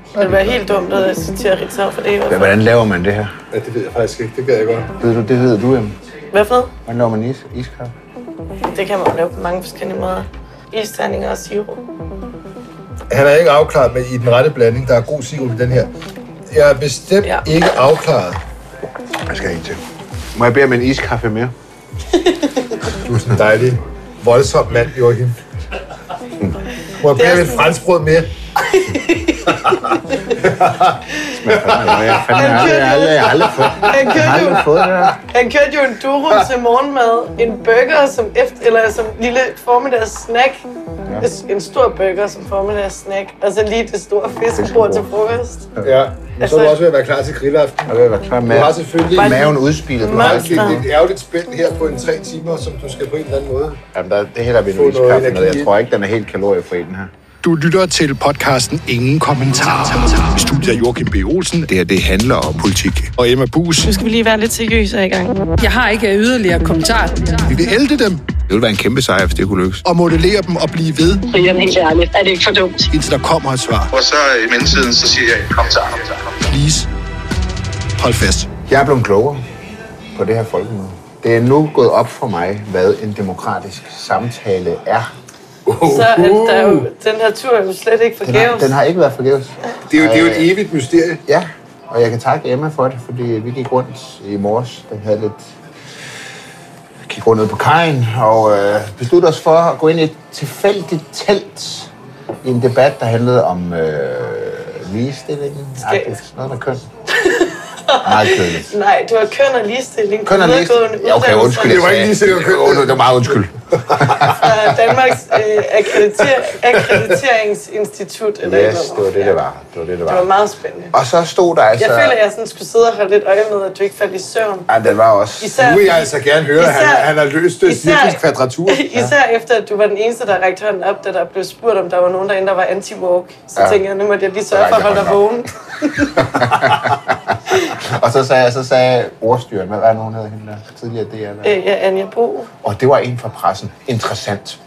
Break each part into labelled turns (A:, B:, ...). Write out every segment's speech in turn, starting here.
A: Det ville være helt dumt at citere Ritzau for det.
B: Hvordan laver man det her?
C: Ja, det ved jeg faktisk ikke. Det gad jeg godt.
B: Det ved du, Emma.
A: Hvad for noget?
B: Hvordan laver man iskaffe?
A: Det kan man lave på mange forskellige måder. Isterninger og sirup.
C: Han er ikke afklaret med i den rette blanding. Der er god sirup i den her. Jeg er bestemt ikke afklaret.
B: Jeg skal ikke til. Må jeg bede om en iskaffe mere?
C: Du er sådan en dejlig, voldsom mand, Joachim. Må jeg bede om et franskbrød mere?
A: Han kørte jo en duro til morgenmad, en burger som lille formiddagssnack, en stor burger som formiddagssnack, og så lige det store fiskebord til frokost.
C: Ja, men så er du også ved at være klar til grillaften.
B: Jeg vil være klar med.
C: Du har selvfølgelig
B: maven udspillet.
C: Du har et ærgerligt spænd her på en 3 timer, som du skal på en eller anden måde.
B: Jamen, det hælder vi nu iskaffe med. Jeg tror ikke, den er helt kaloriefri, den her.
D: Du lytter til podcasten Ingen Kommentar. I studiet Joachim B. Olsen.
B: Det her, handler om politik.
D: Og Emma Buus.
A: Nu skal vi lige være lidt seriøse i gang.
E: Jeg har ikke yderligere kommentarer.
D: Vi vil ælde dem.
B: Det ville være en kæmpe sejr, hvis det kunne lykkes.
D: Og modellere dem og blive ved.
E: Brian, helt ærligt. Er det ikke for dumt?
D: Indtil der kommer et svar.
F: Og så i mellemtiden, så siger jeg kommentar.
D: Please. Hold fast.
B: Jeg er blevet klogere på det her folkemøde. Det er nu gået op for mig, hvad en demokratisk samtale er.
A: Så der jo, den her tur er jo slet ikke forgæves.
B: Den har ikke været forgæves.
C: Det er jo et evigt mysterie.
B: Ja, og jeg kan takke Emma for det, fordi vi gik rundt i morges. Den havde lidt... Gik rundt ned på kajen og besluttede os for at gå ind i et tilfældigt telt i en debat, der handlede om ligestillingen. Noget med køn. Meget kønligt.
A: Nej, du har køn og ligestilling.
B: Køn og ligestilling? Ja, okay, undskyld.
C: Det var ikke ligestilling og køn.
B: Det var meget undskyld.
A: Fra Danmarks Akkrediteringsinstitut. Eller
B: Yes, det var det, det var.
A: Det var meget spændende.
B: Og så stod der altså...
A: Jeg føler, at jeg sådan skulle sidde og holde lidt øje med, at du ikke faldt i søvn.
B: Ja, den var også...
C: Nu vil jeg altså gerne høre, at han har løst cirkels kvadratur.
A: Især efter, at du var den eneste, der rækte hånden op, da der blev spurgt, om der var nogen derinde, der var anti-woke. Så tænkte jeg, nu måtte jeg lige sørge for at holde dig vågen.
B: Og så sagde ordstyren, hvad var nogen hedder hende der tidligere? Det
A: ja, Anja Bo.
B: Og det var en fra pressen. Interessant.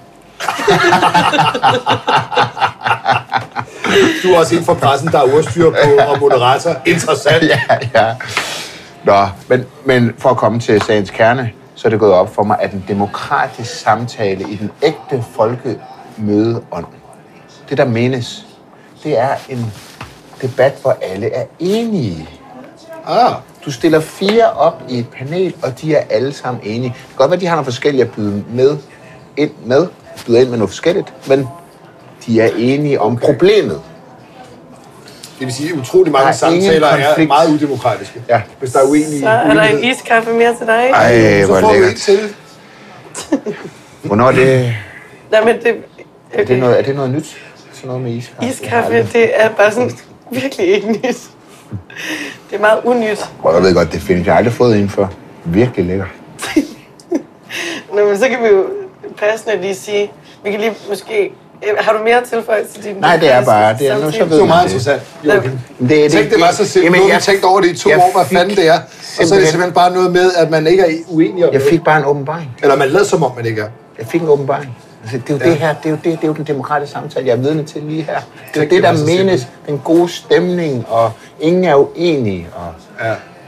C: Du er også en fra pressen, der er ordstyr på og moderator. Interessant.
B: Ja. Nå, men for at komme til sagens kerne, så er det gået op for mig, at en demokratisk samtale i den ægte folkemødeånd, det der menes, det er en debat, hvor alle er enige. Du stiller 4 op i et panel, og de er alle sammen enige. Det kan godt være, de har noget forskelligt at byde ind med noget forskelligt, men de er enige om problemet.
C: Det vil sige, at utrolig mange samtaler er meget udemokratiske.
B: Ja.
C: Hvis der er uenige.
A: Så er der en iskaffe mere til dig.
B: Ej, hvor
C: så får
B: lækkert.
C: du til.
B: Hvornår er det...
A: Nej, men det... Okay.
B: Er det noget nyt? Sådan noget med iskaffe?
A: Iskaffe, det er bare sådan virkelig ikke nyt. Det er meget unyt.
B: Jeg ved godt, det findes. Jeg har aldrig fået en før. Virkelig lækker.
A: Nå, men så kan vi jo passende lige sige, vi kan lige måske... Har du mere tilføjet til din...
B: Nej, det er bare... Det er nu, så ved
C: det er meget interessant, Joachim. Tænk, det var så simpelt. Nu har vi tænkt over det i 2 år, hvad fanden det er. Og så er det simpelthen bare noget med, at man ikke er uenig om
B: Jeg fik bare en åbenbaring.
C: Eller man lader som om, man ikke er.
B: Jeg fik en åbenbaring. Altså, det er jo det her, det er jo den demokratiske samtale, jeg er vidne til lige her. Det er jo det, der menes, den gode stemning, og ingen er uenige. Og...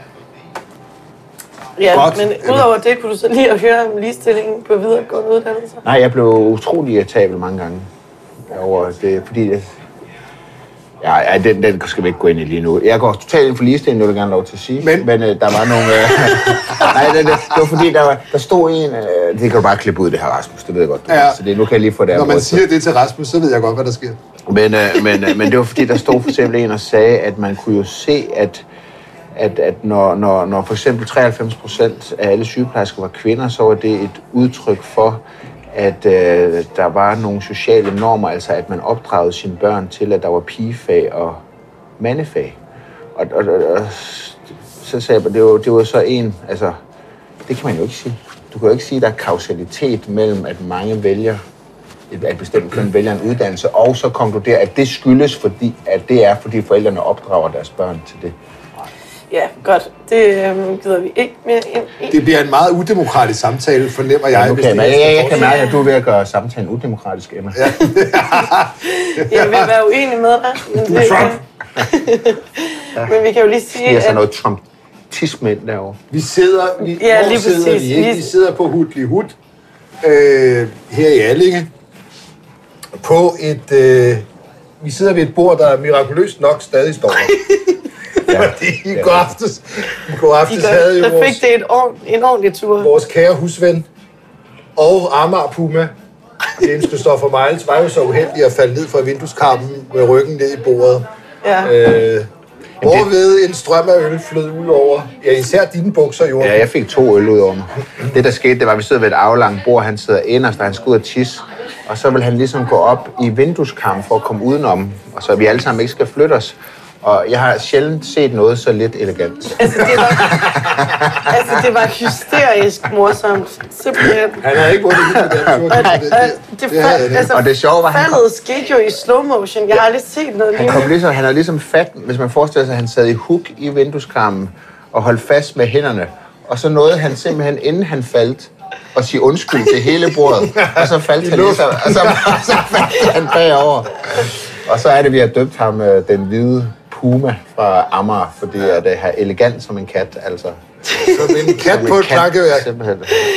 A: Ja, godt. Men udover det, kunne du så lige at høre om ligestillingen på videregående uddannelser?
B: Nej, jeg blev utrolig irritabel mange gange over det, fordi det... Ja, den skal vi ikke gå ind i lige nu. Jeg går totalt ind for ligestilling, det vil jeg gerne lov til at sige. Men der var nogle... Nej, det var fordi, der stod en... det kan du bare klippe ud, det her, Rasmus. Det ved jeg godt. Så det, nu kan jeg lige få det.
C: Når man siger det til Rasmus, så ved jeg godt, hvad der sker.
B: Men det var fordi, der stod for eksempel en og sagde, at man kunne jo se, at når for eksempel 93% af alle sygeplejersker var kvinder, så var det et udtryk for, at der var nogle sociale normer, altså at man opdragede sine børn til, at der var pigefag og mandefag. Og så sagde jeg, det var så en, altså, det kan man jo ikke sige. Du kan jo ikke sige, at der er kausalitet mellem, at mange vælger, at bestemt køn vælger en uddannelse, og så konkludere, at det skyldes, fordi fordi forældrene opdrager deres børn til det.
A: Ja, godt. Det gider vi ikke mere ind i.
C: Det bliver en meget udemokratisk samtale, fornemmer jeg.
B: Jeg kan mærke, at du er ved at gøre samtalen udemokratisk, Emma.
A: Jeg vil være uenig med dig. Men det, Men vi kan jo lige sige,
B: at... Det er sådan noget Trump-tismænd derovre.
C: Vi sidder... Vi sidder på Hudli Hud, her i Allinge, på et... vi sidder ved et bord, der mirakuløst nok stadig står der. Fordi i går aftes havde jo
A: der fik det en ordentlig tur.
C: Vores kære husven og Amager Puma, Jens Christoffer Miles, var jo så uheldig at falde ned fra vindueskarmen med ryggen ned i bordet.
A: Ja.
C: Hvorved en strøm af øl flød ud over. Ja, især dine bukser, jo.
B: Ja, jeg fik 2 øl ud over mig. Det, der skete, det var, at vi sidder ved et aflangt bord. Han sidder inderst, og han skal ud og tisse. Og så vil han ligesom gå op i vindueskarmen for at komme udenom. Og så vi alle sammen ikke skal flytte os. Og jeg har sjældent set noget så lidt elegant.
A: Det var hysterisk morsomt. Simpelthen.
C: Han havde ikke vundet det.
B: Og det sjove var,
A: faldet skete jo i slow motion. Jeg har aldrig set noget lignende.
B: Han havde ligesom fat, hvis man forestiller sig, at han sad i hook i vindueskarmen og holdt fast med hænderne. Og så nåede han simpelthen, inden han faldt, at sige undskyld til hele bordet. Og så faldt han ligesom, og så faldt han bagover. Og så er det, vi har døbt ham den hvide Puma fra Amager, fordi det er elegant som en kat, altså.
C: Som en kat på et plankeværk.
B: Simpelthen.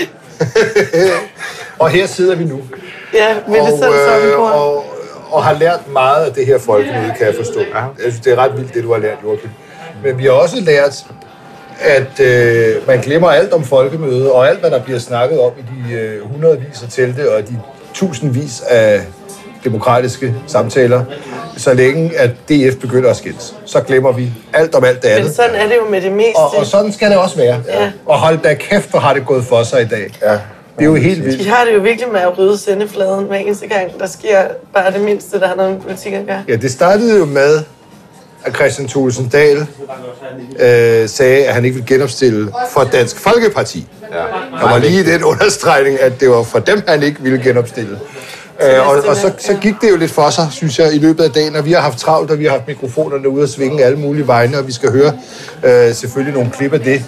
C: Og her sidder vi nu.
A: Ja, med det selv
C: og har lært meget af det her folkemøde, kan jeg forstå. Jeg synes, det er ret vildt, det du har lært, Joachim. Men vi har også lært, at man glemmer alt om folkemøde, og alt, hvad der bliver snakket om i de hundredvis af telte, og de tusindvis af demokratiske samtaler, så længe at DF begynder at skændes. Så glemmer vi alt om alt det andet.
A: Men sådan er det jo med det meste.
C: Og sådan skal det også være. Ja. Og hold da kæft, hvor har det gået for sig i dag. Ja. Det er jo helt vildt.
A: De har det jo virkelig med at rydde sendefladen hver eneste gang. Der sker bare det mindste, der har noget med politik at gøre.
C: Ja, det startede jo med, at Kristian Thulesen Dahl sagde, at han ikke ville genopstille for Dansk Folkeparti. Ja. Der var lige den understregning, at det var for dem, han ikke ville genopstille. Og så gik det jo lidt for sig, synes jeg, i løbet af dagen, og vi har haft travlt, og vi har haft mikrofonerne ude at svinge alle mulige vegne, og vi skal høre selvfølgelig nogle klip af det.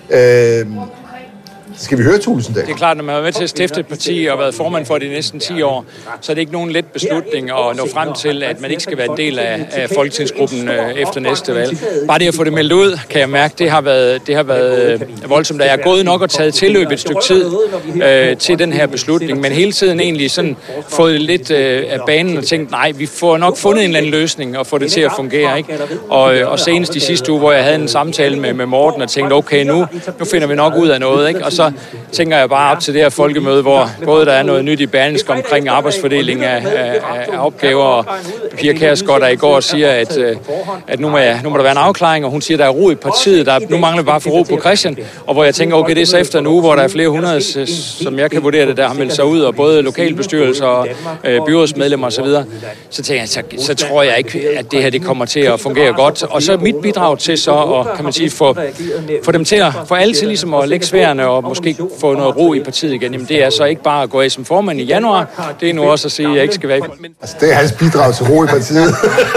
C: Skal vi høre Thulesen Dahl?
G: Det er klart, når man har været med til at stifte et parti og været formand for det i næsten 10 år, så er det ikke nogen let beslutning at nå frem til, at man ikke skal være en del af folketingsgruppen efter næste valg. Bare det at få det meldt ud, kan jeg mærke, det har været voldsomt. Jeg er gået nok og taget tilløb et stykke tid til den her beslutning, men hele tiden egentlig sådan fået lidt af banen og tænkt, nej, vi får nok fundet en eller anden løsning og få det til at fungere, ikke? Og senest de sidste uge, hvor jeg havde en samtale med Morten og tænkte, okay, nu finder vi nok ud af noget, ikke? Og så tænker jeg bare op til det her folkemøde, hvor både der er noget nyt i Berlingske omkring arbejdsfordeling af opgaver, og Pia Kjærsgaard der i går siger, at nu må der være en afklaring, og hun siger, at der er ro i partiet, nu mangler vi bare for ro på Christian, og hvor jeg tænker, okay, det er så efter en uge, hvor der er flere hundrede, som jeg kan vurdere det, der har meldt sig ud, og både lokalbestyrelser og byrådsmedlemmer osv., så tænker jeg, så tror jeg ikke, at det her det kommer til at fungere godt, og så mit bidrag til så, og kan man sige, få dem til at, få alle til ligesom at lægge sværene, og måske få noget ro i partiet igen, jamen det er så ikke bare at gå af som formand i januar, det er nu også at sige, at jeg ikke skal være.
C: Altså, det er hans bidrag til ro i partiet.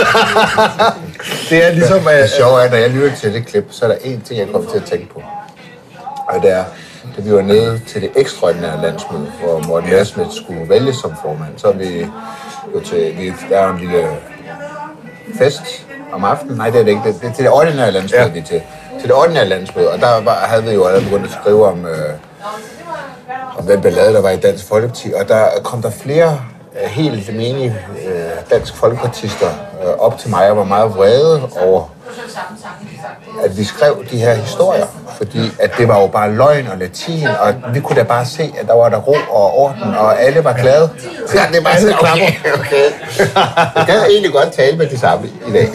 C: Det er ligesom...
B: Det sjove er, at når jeg lytter til det klip, så er der én ting, jeg kommer til at tænke på. Og det er, da vi var nede til det ekstraordinære landsmøde, hvor Morten Messerschmidt skulle vælges som formand, så er vi jo til... Der er en lille fest om aftenen. Nej, det er det ikke. Det er til det ordinære landsmøde, vi er til. Til det ordinære landsmøde, og der havde vi jo allerede begyndt at skrive om den ballade, der var i Dansk Folkeparti, og der kom der flere helt menige dansk folkepartister op til mig og var meget vrede over, at vi skrev de her historier, fordi at det var jo bare løgn og latin, og vi kunne da bare se, at der var der ro og orden, og alle var glade. Ja, det var sådan, okay. Jeg kan egentlig godt tale med de samme i dag.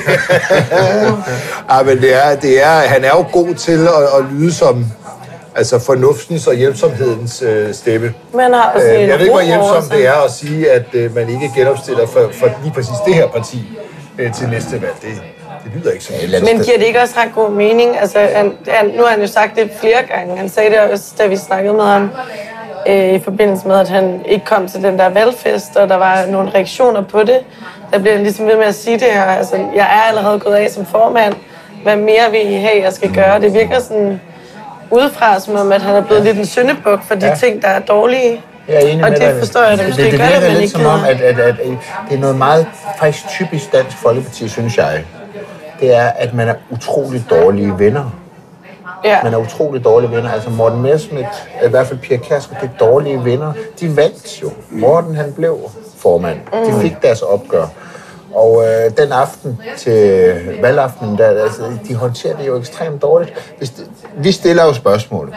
C: Ja, men han er jo god til at lyde som altså fornuftens og hjælpsomhedens stemme. Jeg ved ikke, hvor hjælpsomt det er at sige, at man ikke genopstiller for lige præcis det her parti til næste valg. Det lyder ikke så meget.
A: Men giver det ikke også ret god mening? Altså, nu har han jo sagt det flere gange. Han sagde det også, da vi snakkede med ham, i forbindelse med, at han ikke kom til den der valgfest, og der var nogle reaktioner på det. Der bliver ligesom ved med at sige det her. Altså, jeg er allerede gået af som formand. Hvad mere vil I have, jeg skal gøre? Det virker sådan udefra, som om, at han er blevet lidt en syndebuk for de ting, der er dårlige. Og det forstår jeg, at måske
B: det
A: gør det, men
B: lidt
A: ikke
B: som om, at det er noget meget faktisk typisk Dansk Folkeparti, synes jeg. det er, at man er utrolig dårlige venner.
A: Ja.
B: Man er utrolig dårlige venner. Altså Morten Messerschmidt, i hvert fald Pia Kjærsgaard, det er dårlige venner. De vandt jo. Morten, han blev formand. De fik deres opgør. Og den aften til valgaftenen, der, altså, de håndterer det jo ekstremt dårligt. Vi stiller jo spørgsmål.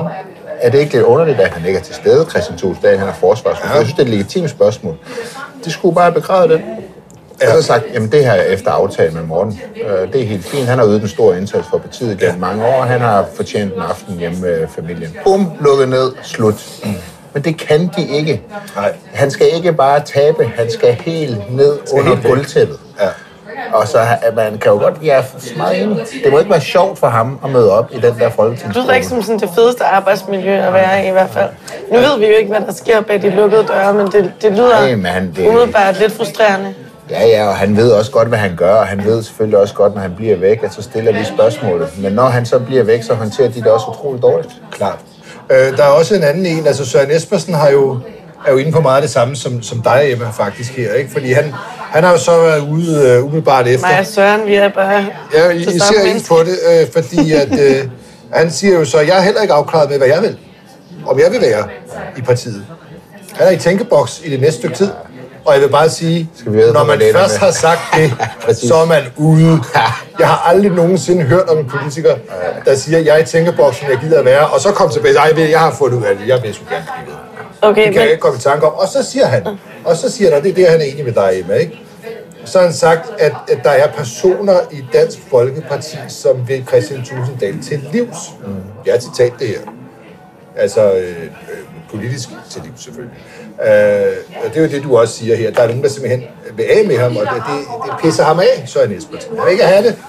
B: Er det ikke lidt underligt, at han ikke er til stede, Kristian Thulesen Dahl, han er forsvarsminister? Jeg synes, det er et legitimt spørgsmål. De skulle bare begrave det. Jeg har sagt, jamen det her er efter aftale med Morten. Det er helt fint. Han har ydet en stor indsats for partiet gennem mange år. Han har fortjent en aften hjemme med familien. Bum, lukket ned, slut. Men det kan de ikke. Nej. Han skal ikke bare tabe, han skal helt ned under gulvtæppet. Ja. Og så man kan jo godt, jeg er meget enig. Det må ikke være sjovt for ham at møde op i den der folketingsgruppe.
A: Det lyder ikke som sådan det fedeste arbejdsmiljø at være i hvert fald. Nu ved vi jo ikke, hvad der sker bag de lukkede døre, men det lyder umiddelbart lidt frustrerende.
B: Ja, og han ved også godt, hvad han gør, og han ved selvfølgelig også godt, når han bliver væk, at så stiller vi spørgsmålet. Men når han så bliver væk, så håndterer de det også utroligt dårligt.
C: Klart. Der er også en anden en, altså Søren Espersen er jo inde på meget det samme som dig, Emma, faktisk her, ikke? Fordi han har jo så været ude umiddelbart efter.
A: Nej, Søren, vi er bare...
C: Ja, I ser ind på det, fordi at, han siger jo så, jeg er heller ikke afklaret med, hvad jeg vil. Om jeg vil være i partiet. Han er i tænkeboks i det næste stykke tid. Og jeg vil bare sige, når man først har sagt det, så er man ude. Jeg har aldrig nogensinde hørt om en politiker, der siger, jeg er i tænkeboksen, jeg gider at være, og så kom tilbage, jeg har fundet ud af det, jeg vil så gerne blive ved. Okay, det kan jeg ikke komme i tanke om. Og så siger han, det er det, han er enig med dig, Emma, ikke? Så har han sagt, at der er personer i Dansk Folkeparti, som vil Kristian Thulesen Dahl til livs. Jeg har citat det her. Altså, politisk til livs selvfølgelig. Det er jo det, du også siger her. Der er nogen, der simpelthen vil af med ham, og det pisser ham af, Søren Espersen. Han vil ikke have det.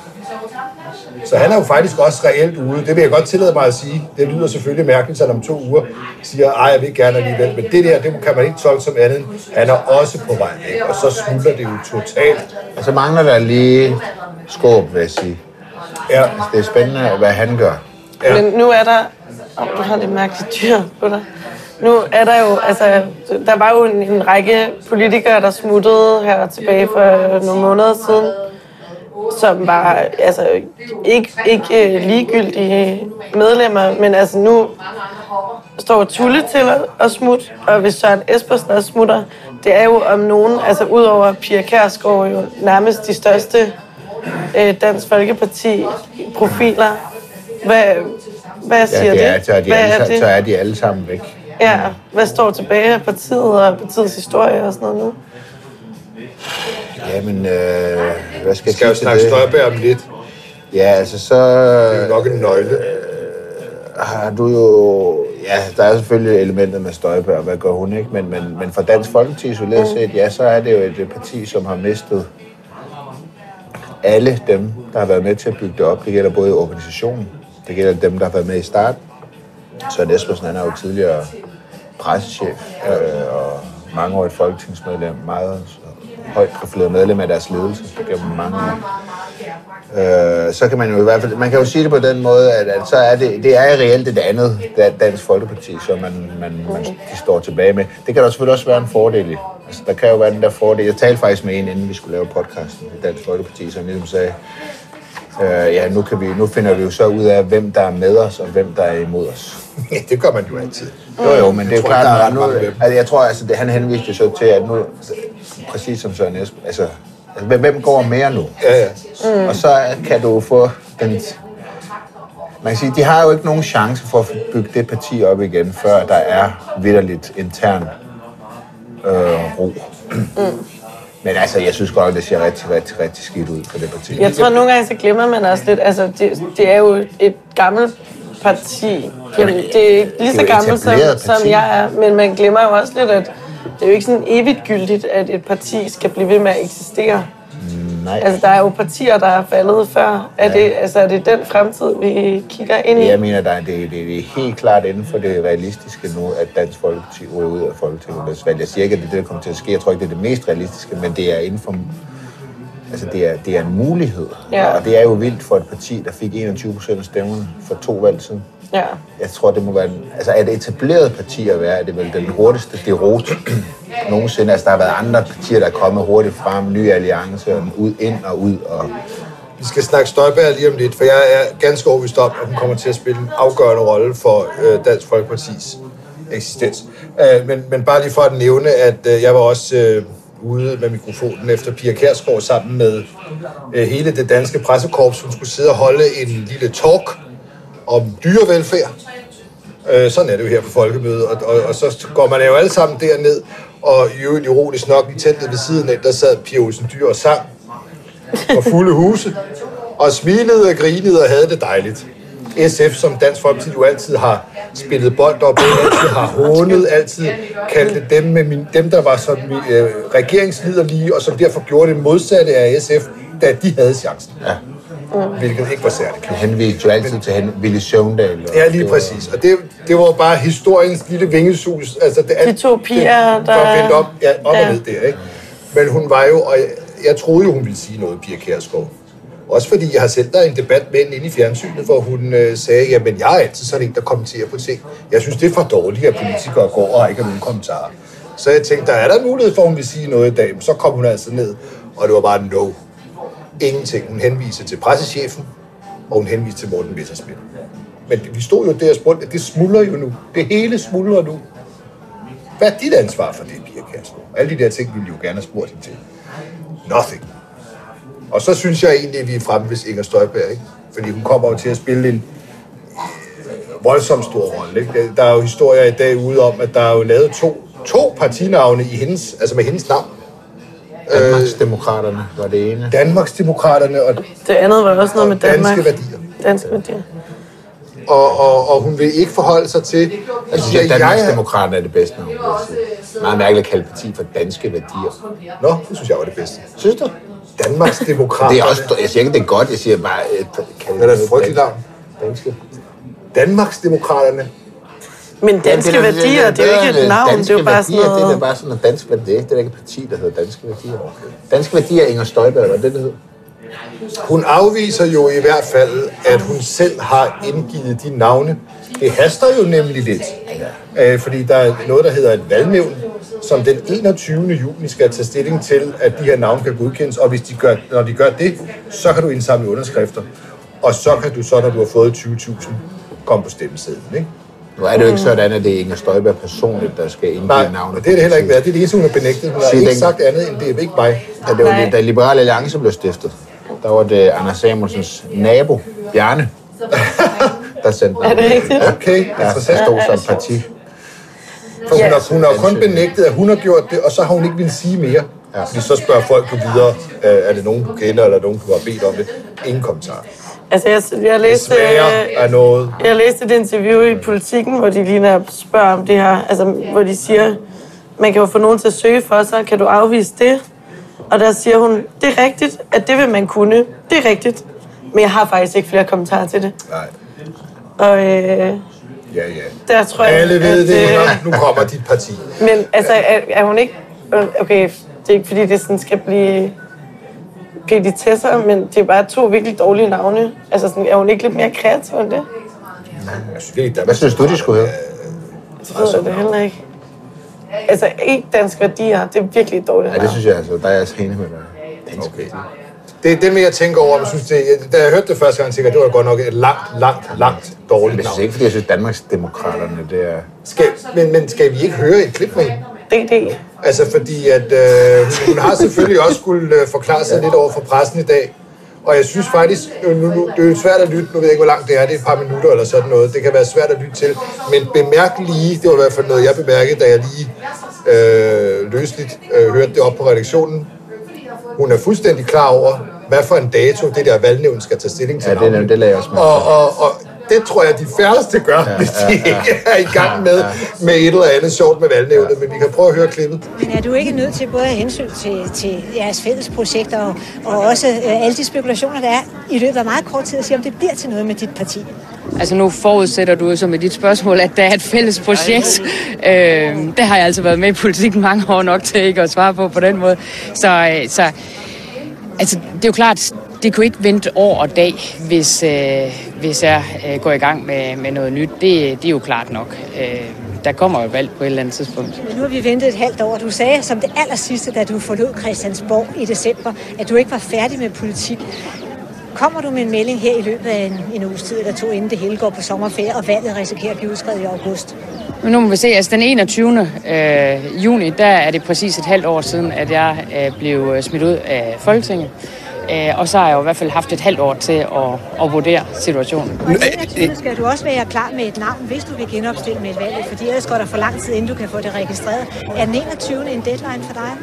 C: Så han er jo faktisk også reelt ude. Det vil jeg godt tillade mig at sige. Det lyder selvfølgelig mærkeligt, at han om 2 uger siger, jeg vil gerne alligevel. Men det der, det kan man ikke tolke som andet. Han er også på vej væk, og så smuldrer det jo totalt.
B: Og så mangler der lige skåb, vil jeg sige. Ja. Altså, det er spændende, hvad han gør.
A: Ja. Men nu er der... du har lidt mærkeligt dyr på dig. Nu er der jo, altså, der var jo en række politikere, der smuttede her tilbage for nogle måneder siden, som var altså ikke ligegyldige medlemmer, men altså nu står Tulle til at smutte, og hvis Søren Espersen også smutter, det er jo om nogen, altså udover Pia Kjærsgaard, jo nærmest de største Dansk Folkeparti-profiler. Hvad siger det?
B: Så er de alle sammen væk.
A: Ja, hvad står tilbage af partiet og partiets historie og sådan noget nu?
B: Jamen, hvad skal jeg
C: sige jo snakke Støjberg om lidt.
B: Ja, altså så...
C: Det er jo nok en nøgle.
B: Har du jo... Ja, der er selvfølgelig elementer med Støjberg, hvad gør hun, ikke? Men for Dansk Folkeparti isoleret set, ja, så er det jo et parti, som har mistet alle dem, der har været med til at bygge det op. Det gælder både i organisationen, det gælder dem, der har været med i starten. Søren Espersen, han er jo tidligere pressechef og mangeårigt folketingsmedlem, meget højt profileret medlem af deres ledelse gennem mange år. Så kan man jo i hvert fald, man kan jo sige det på den måde, at så er det er reelt et andet Dansk Folkeparti, som de står tilbage med. Det kan der selvfølgelig også være en fordel i. Altså, der kan jo være den der fordel. Jeg talte faktisk med en, inden vi skulle lave podcasten i Dansk Folkeparti, som ligesom sagde, nu finder vi jo så ud af, hvem der er med os, og hvem der er imod os.
C: Ja, det gør man jo altid.
B: Jo, men det er jo klart, jeg tror, altså, han henviste så til, at nu, præcis som Søren Espersen, altså, hvem går mere nu?
C: Ja.
B: Og så kan du få den... Man kan sige, de har jo ikke nogen chance for at bygge det parti op igen, før der er vitterligt intern ro. Men altså, jeg synes godt, det ser rigtig skidt ud for det parti.
A: Jeg tror, nogle gange så glemmer man også lidt, altså, det er jo et gammelt parti. Det er lige så gammelt, som jeg er, men man glemmer jo også lidt, at det er jo ikke sådan evigt gyldigt, at et parti skal blive ved med at eksistere.
B: Nej.
A: Altså, der er jo partier, der er faldet før. Er det den fremtid, vi kigger ind i?
B: Jeg mener, det er helt klart inden for det realistiske nu, at Dansk Folkeparti ryger ud af Folketinget. Jeg siger ikke, at det er det, der kommer til at ske. Jeg tror ikke, det er det mest realistiske, men det er inden for... Altså, det er en mulighed. Ja. Og det er jo vildt for et parti, der fik 21% af stemmerne for 2 valg siden.
A: Ja.
B: Jeg tror, det må være... Altså, er det etableret parti at være, er det vel den hurtigste deroute nogensinde. Altså, der har været andre partier, der er kommet hurtigt frem, nye alliancer, ind og ud, og
C: Vi skal snakke Støjberg lige om lidt, for jeg er ganske overbevist om, at hun kommer til at spille en afgørende rolle for Dansk Folkepartis eksistens. Men bare lige for at nævne, at jeg var også ude med mikrofonen efter Pia Kjærsgaard sammen med hele det danske pressekorps. Hun skulle sidde og holde en lille talk om dyrevelfærd. Sådan er det jo her på Folkemødet, og så går man jo alle sammen derned, og ironisk nok i teltet ved siden af, der sad Pia Olsen Dyhr og sang og fulde huse, og smilede og grinede og havde det dejligt. SF, som Dansk Folkeparti jo altid har spillet bold op, altid har hånet, altid kaldte dem der var sådan regeringsliderlige, og som derfor gjorde det modsatte af SF, da de havde chancen. Ja. Hvilket ikke var særligt.
B: Han henviste jo altid til Willy Søvndal.
C: Ja, lige præcis. Og det var bare historiens lille vingesus. Altså,
A: de to piger, der
C: var vendt op og ned der, ikke? Men hun var jo, og jeg troede jo, hun ville sige noget, Pia Kjærsgaard. Også fordi jeg har selv der en debat med hende inde i fjernsynet, hvor hun sagde, jamen jeg er altid sådan en, der kommenterer på ting. Jeg synes, det er for dårligt, at politikere går og ikke har nogen kommentarer. Så jeg tænkte, der er der mulighed for, at hun vil sige noget i dag. Men så kom hun altså ned, og det var bare no. Ingenting. Hun henviser til pressechefen, og hun henviser til Morten Messerschmidt. Men vi stod jo der og spurgte, at det smuldrer jo nu. Det hele smuldrer nu. Hvad er dit ansvar for det, Pia Kjærsgaard? Alle de der ting ville vi jo gerne have spurgt hende til. Nothing. Og så synes jeg egentlig, at vi er fremme ved Inger Støjberg, ikke? Fordi hun kommer jo til at spille en voldsomt stor rolle, ikke? Der er jo historier i dag ude om, at der er jo lavet to partinavne i hendes, altså med hendes navn.
B: Danmarksdemokraterne var det ene.
C: Danmarksdemokraterne og
A: det andet var også noget med Danmark.
C: Danske værdier.
A: Danske værdier.
C: Og hun vil ikke forholde sig til...
B: Jeg synes, at Danmarksdemokraterne er det bedste navn. Meget mærkeligt at kalde parti for danske værdier.
C: Nå, det synes jeg var det bedste.
B: Synes du?
C: Danmarksdemokraterne.
B: Det er også, jeg siger ikke, det er godt, jeg siger bare...
C: Hvad er det frygteligt navn?
B: Danske.
C: Danmarksdemokraterne.
A: Men danske værdier, det er jo ikke et navn, det er jo bare sådan noget...
B: Det er bare sådan noget dansk værdier. Det er ikke et parti, der hedder Danske Værdier. Danske Værdier er Inger Støjberg, hvad det hedder?
C: Hun afviser jo i hvert fald, at hun selv har indgivet de navne. Det haster jo nemlig lidt. Fordi der er noget, der hedder et valgnævn, som den 21. juni skal tage stilling til, at de her navne kan godkendes. Og hvis når de gør det, så kan du indsamle underskrifter. Og så kan du så, når du har fået 20.000, komme på stemmesedlen, ikke?
B: Nu er det jo ikke sådan, at det er Inger Støjberg personligt, der skal indgive navnet.
C: Nej, det er det heller ikke været. Det er det eneste, hun har benægtet. Hun har ikke sagt andet, end det er ikke mig.
B: Da Liberal Alliance blev stiftet, der var det Anders Samuelsens nabo, Bjarne, der sendte
A: navnet. Er det rigtigt?
C: Okay,
B: interessant. Der stod som parti.
C: For hun har kun benægtet, at hun har gjort det, og så har hun ikke ville sige mere. Ja. Fordi så spørger folk jo videre, er det nogen, du kender, eller nogen, du har bedt om det? Ingen kommentar.
A: Altså, jeg læste et interview i Politikken, hvor de lige spørger om det her. Altså, hvor de siger, man kan jo få nogen til at søge for sig. Kan du afvise det? Og der siger hun, det er rigtigt, at det vil man kunne. Det er rigtigt. Men jeg har faktisk ikke flere kommentarer til det.
C: Nej.
A: Og
C: der
A: tror jeg...
C: Alle ved det, nu kommer dit parti.
A: Men altså, er hun ikke... Okay, det er ikke fordi, det sådan skal blive... Petitesser, men det er bare to virkelig dårlige navne. Altså, sådan, er hun ikke lidt mere kreativ end det?
B: Hvad synes du, de skulle have?
A: Jeg ved det heller ikke. Altså, ikke danske værdier, det er virkelig et dårligt navn.
B: Ja, det synes jeg altså. Der er jeg altså enig med dig.
C: Okay. Det er det, jeg tænker over. Jeg synes, da jeg hørte det første gang, tænkte jeg, det var godt nok et langt dårligt navn.
B: Jeg synes ikke, fordi jeg synes, Danmarksdemokraterne, det er...
C: Men skal vi ikke høre et klip med?
A: Det.
C: Altså fordi, at hun har selvfølgelig også skulle forklare sig lidt over for pressen i dag. Og jeg synes faktisk, det er jo svært at lytte, nu ved jeg ikke, hvor langt det er, det er et par minutter eller sådan noget. Det kan være svært at lytte til. Men bemærk lige, det var i hvert fald noget, jeg bemærkede, da jeg lige løsligt hørte det op på redaktionen. Hun er fuldstændig klar over, hvad for en dato det der valgnævn skal tage stilling til.
B: Ja, det lagde jeg også med.
C: Og det tror jeg, de færreste gør, hvis de ikke er i gang med et eller andet sjovt med valgnævnet. Men vi kan prøve at høre klippet.
H: Men er du ikke nødt til både at have hensyn til jeres fælles projekter og også alle de spekulationer, der er i løbet af meget kort tid, at sige, om det bliver til noget med dit parti?
E: Altså nu forudsætter du jo som i dit spørgsmål, at der er et fælles projekt. Det har jeg altså været med i politik mange år nok til ikke at svare på den måde. Så altså, det er jo klart, det kunne ikke vente år og dag, hvis jeg går i gang med noget nyt. Det er jo klart nok. Der kommer jo valg på et eller andet tidspunkt.
H: Men nu har vi ventet et halvt år. Du sagde som det allersidste, da du forlod Christiansborg i december, at du ikke var færdig med politik. Kommer du med en melding her i løbet af en uges tid eller to, inden det hele går på sommerferie, og valget risikerer at blive udskrevet i august?
E: Men nu må vi se, altså den 21. juni, der er det præcis et halvt år siden, at jeg blev smidt ud af Folketinget. Og så har jeg jo i hvert fald haft et halvt år til at vurdere situationen.
H: Og den 21. skal du også være klar med et navn, hvis du vil genopstille med et valg, fordi ellers går der for lang tid, inden du kan få det registreret. Er den 21. en deadline for dig?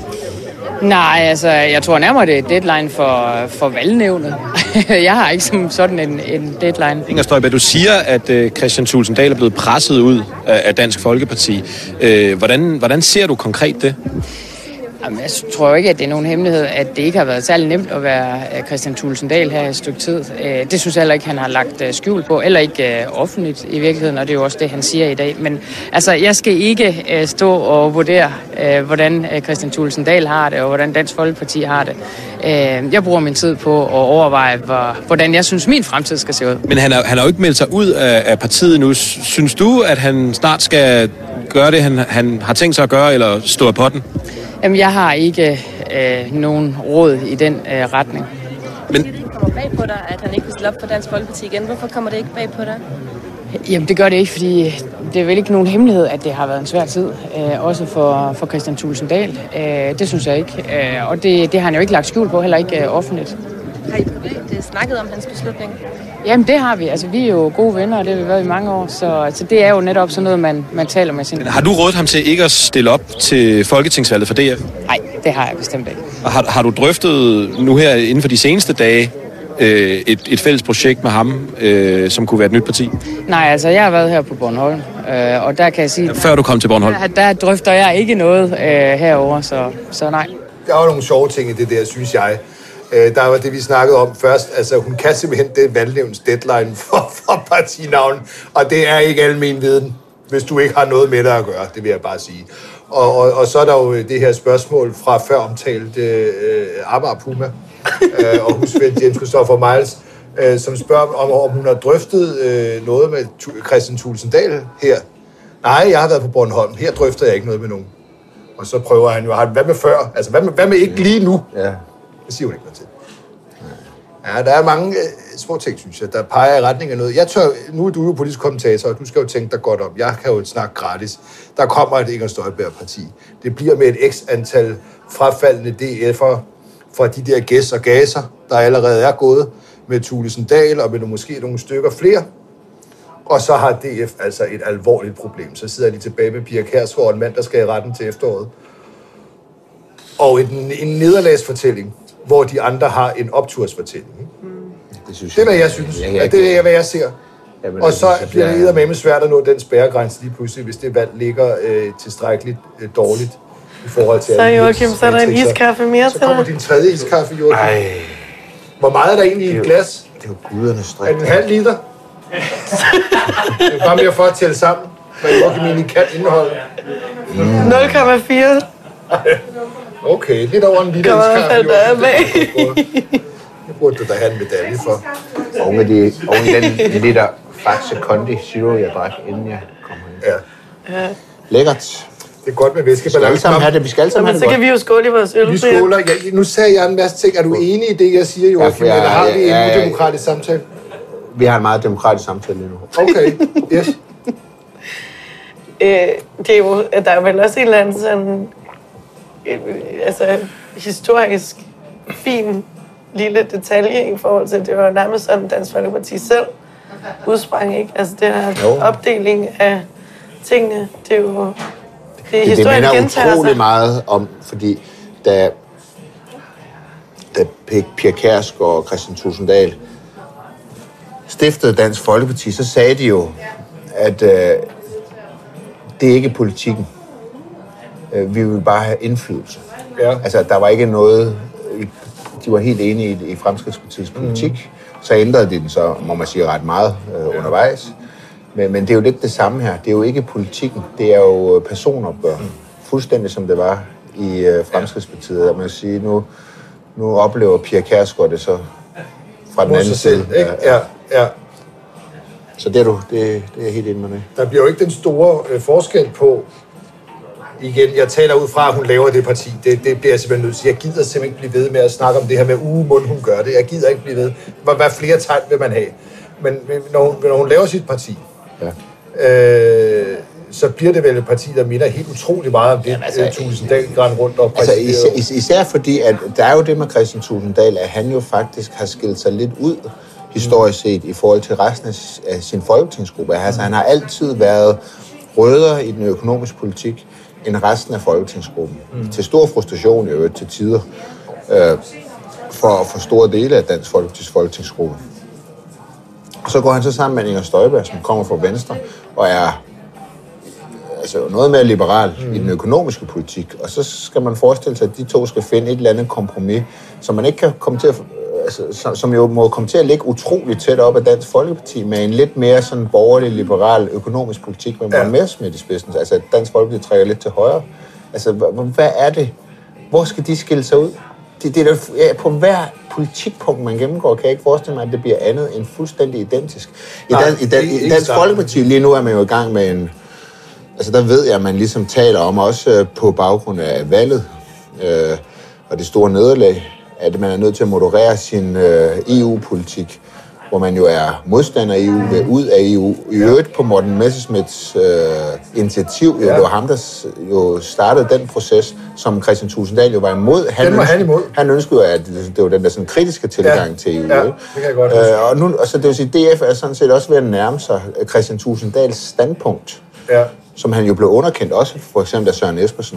E: Nej, altså jeg tror nærmere, det er deadline for valgnævnet. Jeg har ikke som sådan en deadline.
I: Inger Støjberg, du siger, at Kristian Thulesen Dahl er blevet presset ud af Dansk Folkeparti. Hvordan ser du konkret det?
E: Jamen, jeg tror jo ikke, at det er nogen hemmelighed, at det ikke har været særlig nemt at være Kristian Thulesen Dahl her et stykke tid. Det synes jeg heller ikke, han har lagt skjul på, eller ikke offentligt i virkeligheden, og det er jo også det, han siger i dag. Men altså, jeg skal ikke stå og vurdere, hvordan Kristian Thulesen Dahl har det, og hvordan Dansk Folkeparti har det. Jeg bruger min tid på at overveje, hvordan jeg synes, min fremtid skal se ud.
I: Men han har jo ikke meldt sig ud af partiet nu. Synes du, at han snart skal gøre det, han har tænkt sig at gøre, eller stå af potten?
E: Jamen, jeg har ikke nogen råd i den retning.
J: Men det ikke kommer bag på dig, at han ikke vil stille op for Dansk Folkeparti igen. Hvorfor kommer det ikke bag på dig?
E: Jamen, det gør det ikke, fordi det er vel ikke nogen hemmelighed, at det har været en svær tid. Også for Kristian Thulesen Dahl. Det synes jeg ikke. Og det har han jo ikke lagt skjul på, heller ikke offentligt.
J: Har I privat snakket om hans beslutning?
E: Jamen, det har vi. Altså, vi er jo gode venner, og det har vi været i mange år. Så det er jo netop sådan noget, man taler med sin...
I: Har du rådet ham til ikke at stille op til folketingsvalget for DF?
E: Nej, det har jeg bestemt ikke.
I: Har du drøftet nu her inden for de seneste dage et fælles projekt med ham, som kunne være et nyt parti?
E: Nej, altså, jeg har været her på Bornholm, og der kan jeg sige...
I: Før du kom til Bornholm?
E: Der drøfter jeg ikke noget herover, så nej.
C: Der var nogle sjove ting i det der, synes jeg. Der var det, vi snakkede om først. Altså, hun kan simpelthen det valgnævns deadline for partinavn, og det er ikke almen viden, hvis du ikke har noget med det at gøre, det vil jeg bare sige. Og så er der jo det her spørgsmål fra før omtalt Amager Puma og husven Jens Christopher Miles, som spørger, om hun har drøftet noget med Kristian Thulesen Dahl her. Nej, jeg har været på Bornholm. Her drøfter jeg ikke noget med nogen. Og så prøver han jo, hvad med før? Altså, hvad med ikke lige nu? Ja. Det siger hun ikke noget til. Ja, der er mange små ting, synes jeg, der peger i retning af noget. Nu er du jo politisk kommentator, og du skal jo tænke dig godt om. Jeg kan jo snakke gratis. Der kommer et Inger Støjberg-parti. Det bliver med et x-antal frafaldende DF'er fra de der gæs og gaser, der allerede er gået med Thulesen Dahl og med måske nogle stykker flere. Og så har DF altså et alvorligt problem. Så sidder de tilbage med Pia Kjærsgaard, en mand, der skal i retten til efteråret. Og en nederlagsfortælling, hvor de andre har en optursfortælling. Det er, hvad jeg synes. Det er, hvad jeg ser. Jamen, og så bliver det eddermame svært at nå den spærregrænse lige pludselig, hvis det valg ligger tilstrækkeligt dårligt i forhold til...
A: Så Joachim, så er der en iskaffe mere til dig.
C: Så kommer din tredje iskaffe, Joachim. Hvor meget er der egentlig i et glas?
B: Det er jo gudernes strik.
C: Er det en halv liter? Det er bare mere for at tælle sammen, hvad Joachim egentlig kan indeholde.
A: 0,4.
C: Okay, lidt over en liter iskaffe. Det burde du da have en medalje for.
B: Oven i den liter Faxe Kondi Zero, jeg drak, inden jeg kom her.
C: Ja.
B: Lækkert.
C: Det er godt med væskebalance.
B: Vi skal alle sammen have det.
A: Så kan vi jo skåle i vores øl.
C: Vi skåler. Nu sagde jeg en masse ting. Er du enig i det, jeg siger, Joachim? Eller har vi en udemokratisk samtale?
B: Vi har en meget demokratisk samtale lige nu.
C: Okay, yes.
A: Det er jo, der er vel også en eller anden sådan... altså historisk fin lille detalje i forhold til, det var nærmest sådan, Dansk Folkeparti selv udsprang, ikke? Altså det her opdeling af tingene, det er jo... Det
B: minder utrolig meget om, fordi da Pia Kjærsgaard og Kristian Thulesen Dahl stiftede Dansk Folkeparti, så sagde de jo, at det er ikke politikken. Vi vil bare have indflydelse. Ja. Altså, der var ikke noget... De var helt enige i Fremskridtspartiets politik. Så ændrede de den så, må man sige, ret meget undervejs. Men det er jo lidt det samme her. Det er jo ikke politikken. Det er jo personopgør. Fuldstændig som det var i Fremskridtspartiet. Man kan sige, nu oplever Pia Kjærsgaard det så fra den anden side.
C: Ja.
B: Så det er jeg helt enig med.
C: Der bliver jo ikke den store forskel på igen, jeg taler ud fra, at hun laver det parti. Det bliver jeg simpelthen nødt til. Jeg gider simpelthen ikke blive ved med at snakke om det her med mund hun gør det. Jeg gider ikke blive ved. Hvad flere tegn vil man have? Men når hun laver sit parti, så bliver det vel et parti, der minder helt utrolig meget om det, Thulesen Dahl græn rundt og præsenterede.
B: Altså, især fordi, at der er jo det med Kristian Thulesen Dahl, at han jo faktisk har skilt sig lidt ud historisk set i forhold til resten af sin folketingsgruppe. Altså, han har altid været rødere i den økonomiske politik end resten af folketingsgruppen. Til stor frustration i øvrigt til tider for store dele af Dansk Folkepartis folketingsgruppe. Og så går han så sammen med Inger Støjberg, som kommer fra Venstre, og er noget mere liberal i den økonomiske politik. Og så skal man forestille sig, at de to skal finde et eller andet kompromis, som man ikke kan komme til at, som jo må komme til at ligge utroligt tæt op af Dansk Folkeparti, med en lidt mere sådan borgerlig, liberal økonomisk politik, med Morten Messerschmidt i spidsen. Altså, at Dansk Folkeparti trækker lidt til højre. Altså, hvad er det? Hvor skal de skille sig ud? Det er der, på hver politikpunkt, man gennemgår, kan jeg ikke forestille mig, at det bliver andet end fuldstændig identisk. I Dansk Folkeparti lige nu er man jo i gang med en... Altså, der ved jeg, at man ligesom taler om, også på baggrund af valget og det store nederlag, at man er nødt til at moderere sin EU-politik, hvor man jo er modstander af EU, vil ud af EU. I øvrigt på Morten Messerschmidts initiativ, det var ham, der jo startede den proces, som Kristian Thulesen Dahl jo var imod. Han ønskede jo, at det var den der sådan kritiske tilgang til EU.
C: Ja, det kan jeg godt huske.
B: Og så det vil sige, DF er sådan set også ved at nærme sig Kristian Thulesen Dahls standpunkt, som han jo blev underkendt også, for eksempel af Søren Espersen.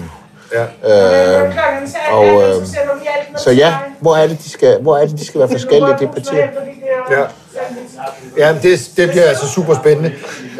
B: Så ja, hvor er det, de skal være forskellige, de partier?
C: Ja, det bliver altså super spændende.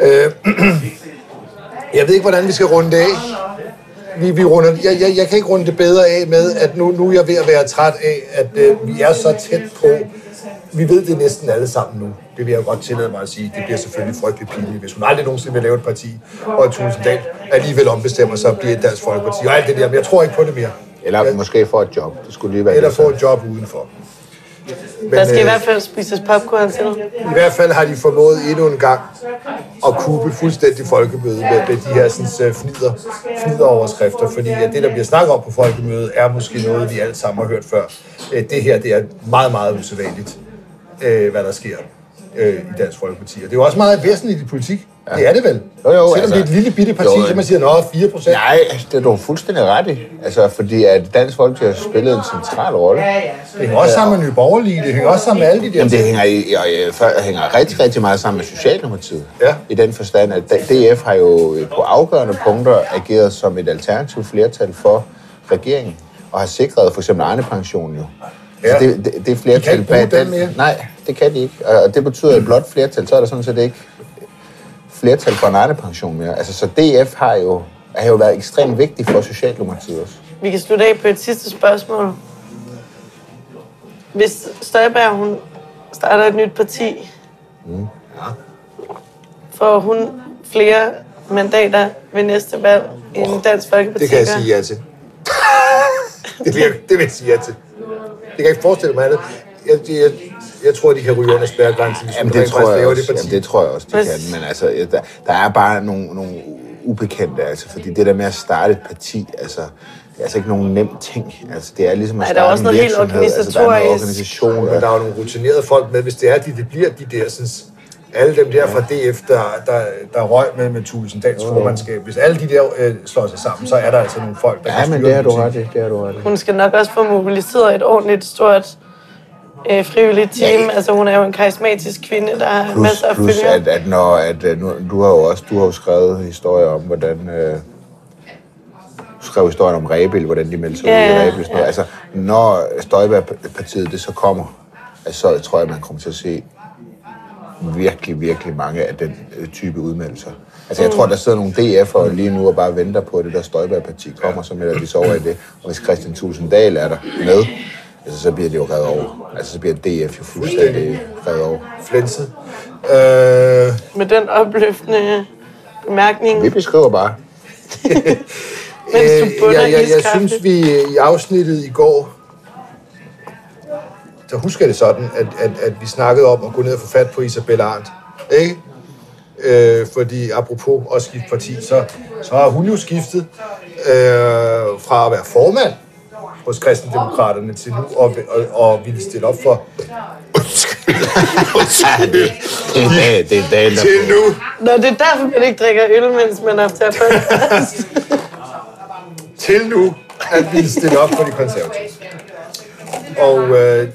C: Jeg ved ikke, hvordan vi skal runde det af. Vi runder, jeg kan ikke runde det bedre af med, at nu er jeg ved at være træt af, at vi er så tæt på. Vi ved det næsten alle sammen nu. Det vil jeg godt tillade mig at sige. Det bliver selvfølgelig frygteligt pinligt, hvis hun aldrig nogensinde vil lave et parti, og at Thulesen Dahl alligevel ombestemmer sig og bliver et Dansk Folkeparti. Og alt det der, men jeg tror ikke på det mere.
B: Eller måske få et job. Det skulle lige være
C: eller få et job udenfor.
A: Men, der skal i hvert fald spises popcorn til.
C: I hvert fald har de formået endnu en gang at kuppe fuldstændig folkemødet med de her fnideroverskrifter, fordi at det, der bliver snakket om på folkemødet, er måske noget, vi alle sammen har hørt før. Det her, det er meget, meget usædvanligt, hvad der sker i Dansk Folkeparti. Og det er jo også meget væsentligt i politik. Ja. Det er det vel? Jo, selvom det er et lille bitte parti, så man siger, 4%.
B: Nej, det er du fuldstændig ret i. Altså, fordi at Dansk Folkeparti har spillet en central rolle.
C: Det hænger også sammen med Nye Borgerlige, det hænger også sammen med alle de der...
B: Jamen, det hænger rigtig, rigtig meget sammen med Socialdemokratiet. Ja. I den forstand, at DF har jo på afgørende punkter ageret som et alternativt flertal for regeringen, og har sikret for eksempel Arne-pensionen jo. Ja. Det flertal bag den... Nej, det kan de ikke. Og det betyder, at blot flertal, så er der sådan set ikke flertal for en Arne-pension mere. Altså, så DF har jo været ekstremt vigtig for Socialdemokratiet også.
A: Vi kan slutte af på et sidste spørgsmål. Hvis Støjberg, hun starter et nyt parti, får hun flere mandater ved næste valg end Dansk Folkeparti?
C: Det kan jeg sige ja til. Det vil jeg sige ja til. Det kan jeg ikke forestille mig andet. Jeg tror, de kan ryge under spærregrænsen.
B: Jamen, det tror jeg også, de kan. Men altså, der er bare nogle ubekendte, altså, fordi det der med at starte et parti, altså, det er altså ikke nogen nem ting. Altså, det er ligesom at starte en virksomhed. Altså, der er noget organisation.
C: Men der er jo nogle rutinerede folk med, hvis det er det bliver de der, sådan, alle dem der fra DF, der røg med Thulesen Dahls formandskab. Hvis alle de der slår sig sammen, så er der altså nogle folk, der kan styre.
B: Ja, men det er du ret i.
A: Hun skal nok også få mobiliseret et ordentligt stort frivilligt team. Ja. Altså, hun er jo en karismatisk kvinde, der har masser af følgere.
B: Du har jo skrevet historier om, hvordan... skrev historien om Rebild, hvordan de meldte sig ud i Rebild. Ja. Altså, når Støjberg-partiet det så kommer, så tror jeg, man kommer til at se virkelig, virkelig mange af den type udmeldelser. Altså, jeg tror, der sidder nogle DF'ere lige nu og bare venter på, at det der Støjberg-parti kommer, så melder de så over i det. Og hvis Kristian Thulesen Dahl er der med, altså, så bliver det jo reddet over. Altså, så bliver DF jo fuldstændig reddet over.
C: Flænset.
A: Med den opløftende bemærkning.
B: Vi beskriver bare.
C: Jeg synes, vi i afsnittet i går, så husker jeg det sådan, at vi snakkede om at gå ned og få fat på Isabella Arendt. Ikke? Fordi apropos at skifte parti, så har hun jo skiftet. fra at være formand hos Kristendemokraterne til nu og ville stille op for... Til nu.
A: Nå, det er derfor, man ikke drikker øl, mens man har haft podcast.
C: Til nu at ville stille op for de konservative. Og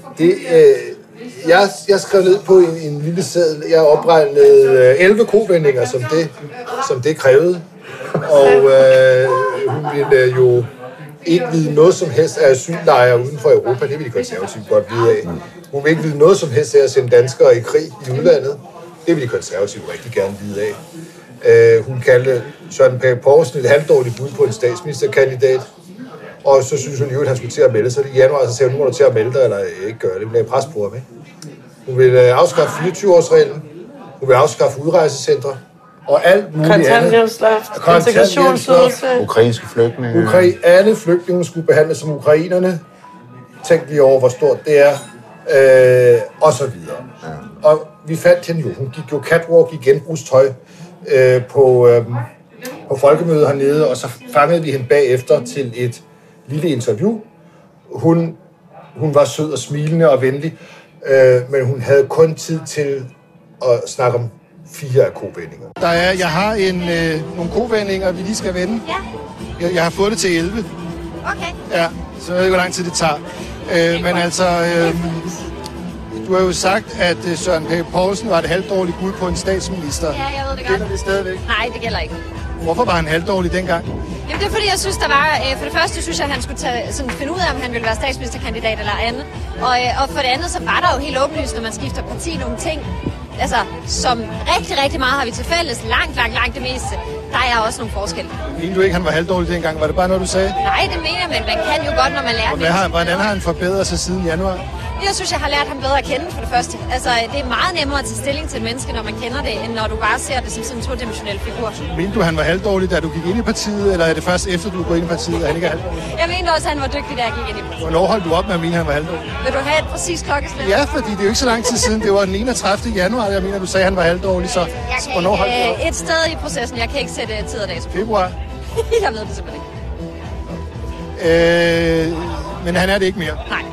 C: jeg skrev ned på en lille seddel. Jeg opregnede 11 kovendinger, som det krævede. Og hun ville jo ikke vide noget som helst af asyllejre uden for Europa. Det vil de konservative godt vide af. Hun vil ikke vide noget som helst af at sende danskere i krig i udlandet. Det vil de konservative rigtig gerne vide af. Hun kaldte Søren Pape Poulsen et halvdårligt bud på en statsministerkandidat. Og så synes hun jo, at han skulle til at melde sig. I januar så sagde hun, nu må du til at melde dig, eller ikke gøre det. Hun lagde pres på ham, ikke? Hun vil afskaffe 24-årsreglen. Hun vil afskaffe udrejsecentre. Og alt muligt andet.
A: Kontanthjælpsloft, integrationsydelse.
B: Ukrainske flygtninge.
C: Alle flygtninge skulle behandles som ukrainerne. Tænk lige over, hvor stort det er. Og så videre. Ja. Og vi fandt hende jo. Hun gik jo catwalk i genbrugstøj på folkemødet hernede, og så fangede vi hende bagefter til et lille interview. Hun var sød og smilende og venlig, men hun havde kun tid til at snakke om 4 af kovendinger. Jeg har nogle kovendinger, vi lige skal vende. Ja. Jeg har fået det til 11.
K: Okay.
C: Ja, så jeg ved ikke, hvor lang tid det tager. Men altså, du har jo sagt, at Søren Pape Poulsen var et halvdårligt bud på en statsminister.
K: Ja, jeg ved det godt.
C: Gælder det stadigvæk?
K: Nej, det gælder ikke.
C: Hvorfor var han halvdårlig dengang?
K: Jamen, det er fordi, jeg synes, der var... For det første synes jeg, at han skulle finde ud af, om han ville være statsministerkandidat eller andet. Og for det andet, så var der jo helt åbenlyst, når man skifter parti, nogle ting, altså, som rigtig, rigtig meget har vi til fælles. Langt det meste. Der er også nogle forskelle.
C: Mener du ikke, han var halvdårlig dengang? Var det bare noget, du sagde?
K: Nej, det mener jeg, men man kan jo godt, når man lærer...
C: Hvordan har han forbedret sig siden januar?
K: Jeg synes, jeg har lært ham bedre at kende for det første. Altså, det er meget nemmere at tage stilling til et menneske, når man kender det, end når du bare ser det som sådan en todimensionel figur.
C: Mente du, han var halvdårlig, da du gik ind i partiet, eller er det først efter, du går ind i partiet, at han ikke er halvdårlig?
K: Jeg mente også, at han var dygtig, da jeg gik ind i partiet.
C: Hvornår holdt du op med at mene, at han var halvdårlig?
K: Vil du have et præcis klokkeslæt?
C: Ja, fordi det er jo ikke så lang tid siden. Det var den 31. januar, jeg mener, du sagde, at han var halvdårlig, så hvornår holdt du op?
K: Et sted i processen. Jeg kan ikke sætte tid og dato.
C: Februar?
K: Jeg ved det simpelthen
C: ikke. Men han er det ikke mere?
K: Nej.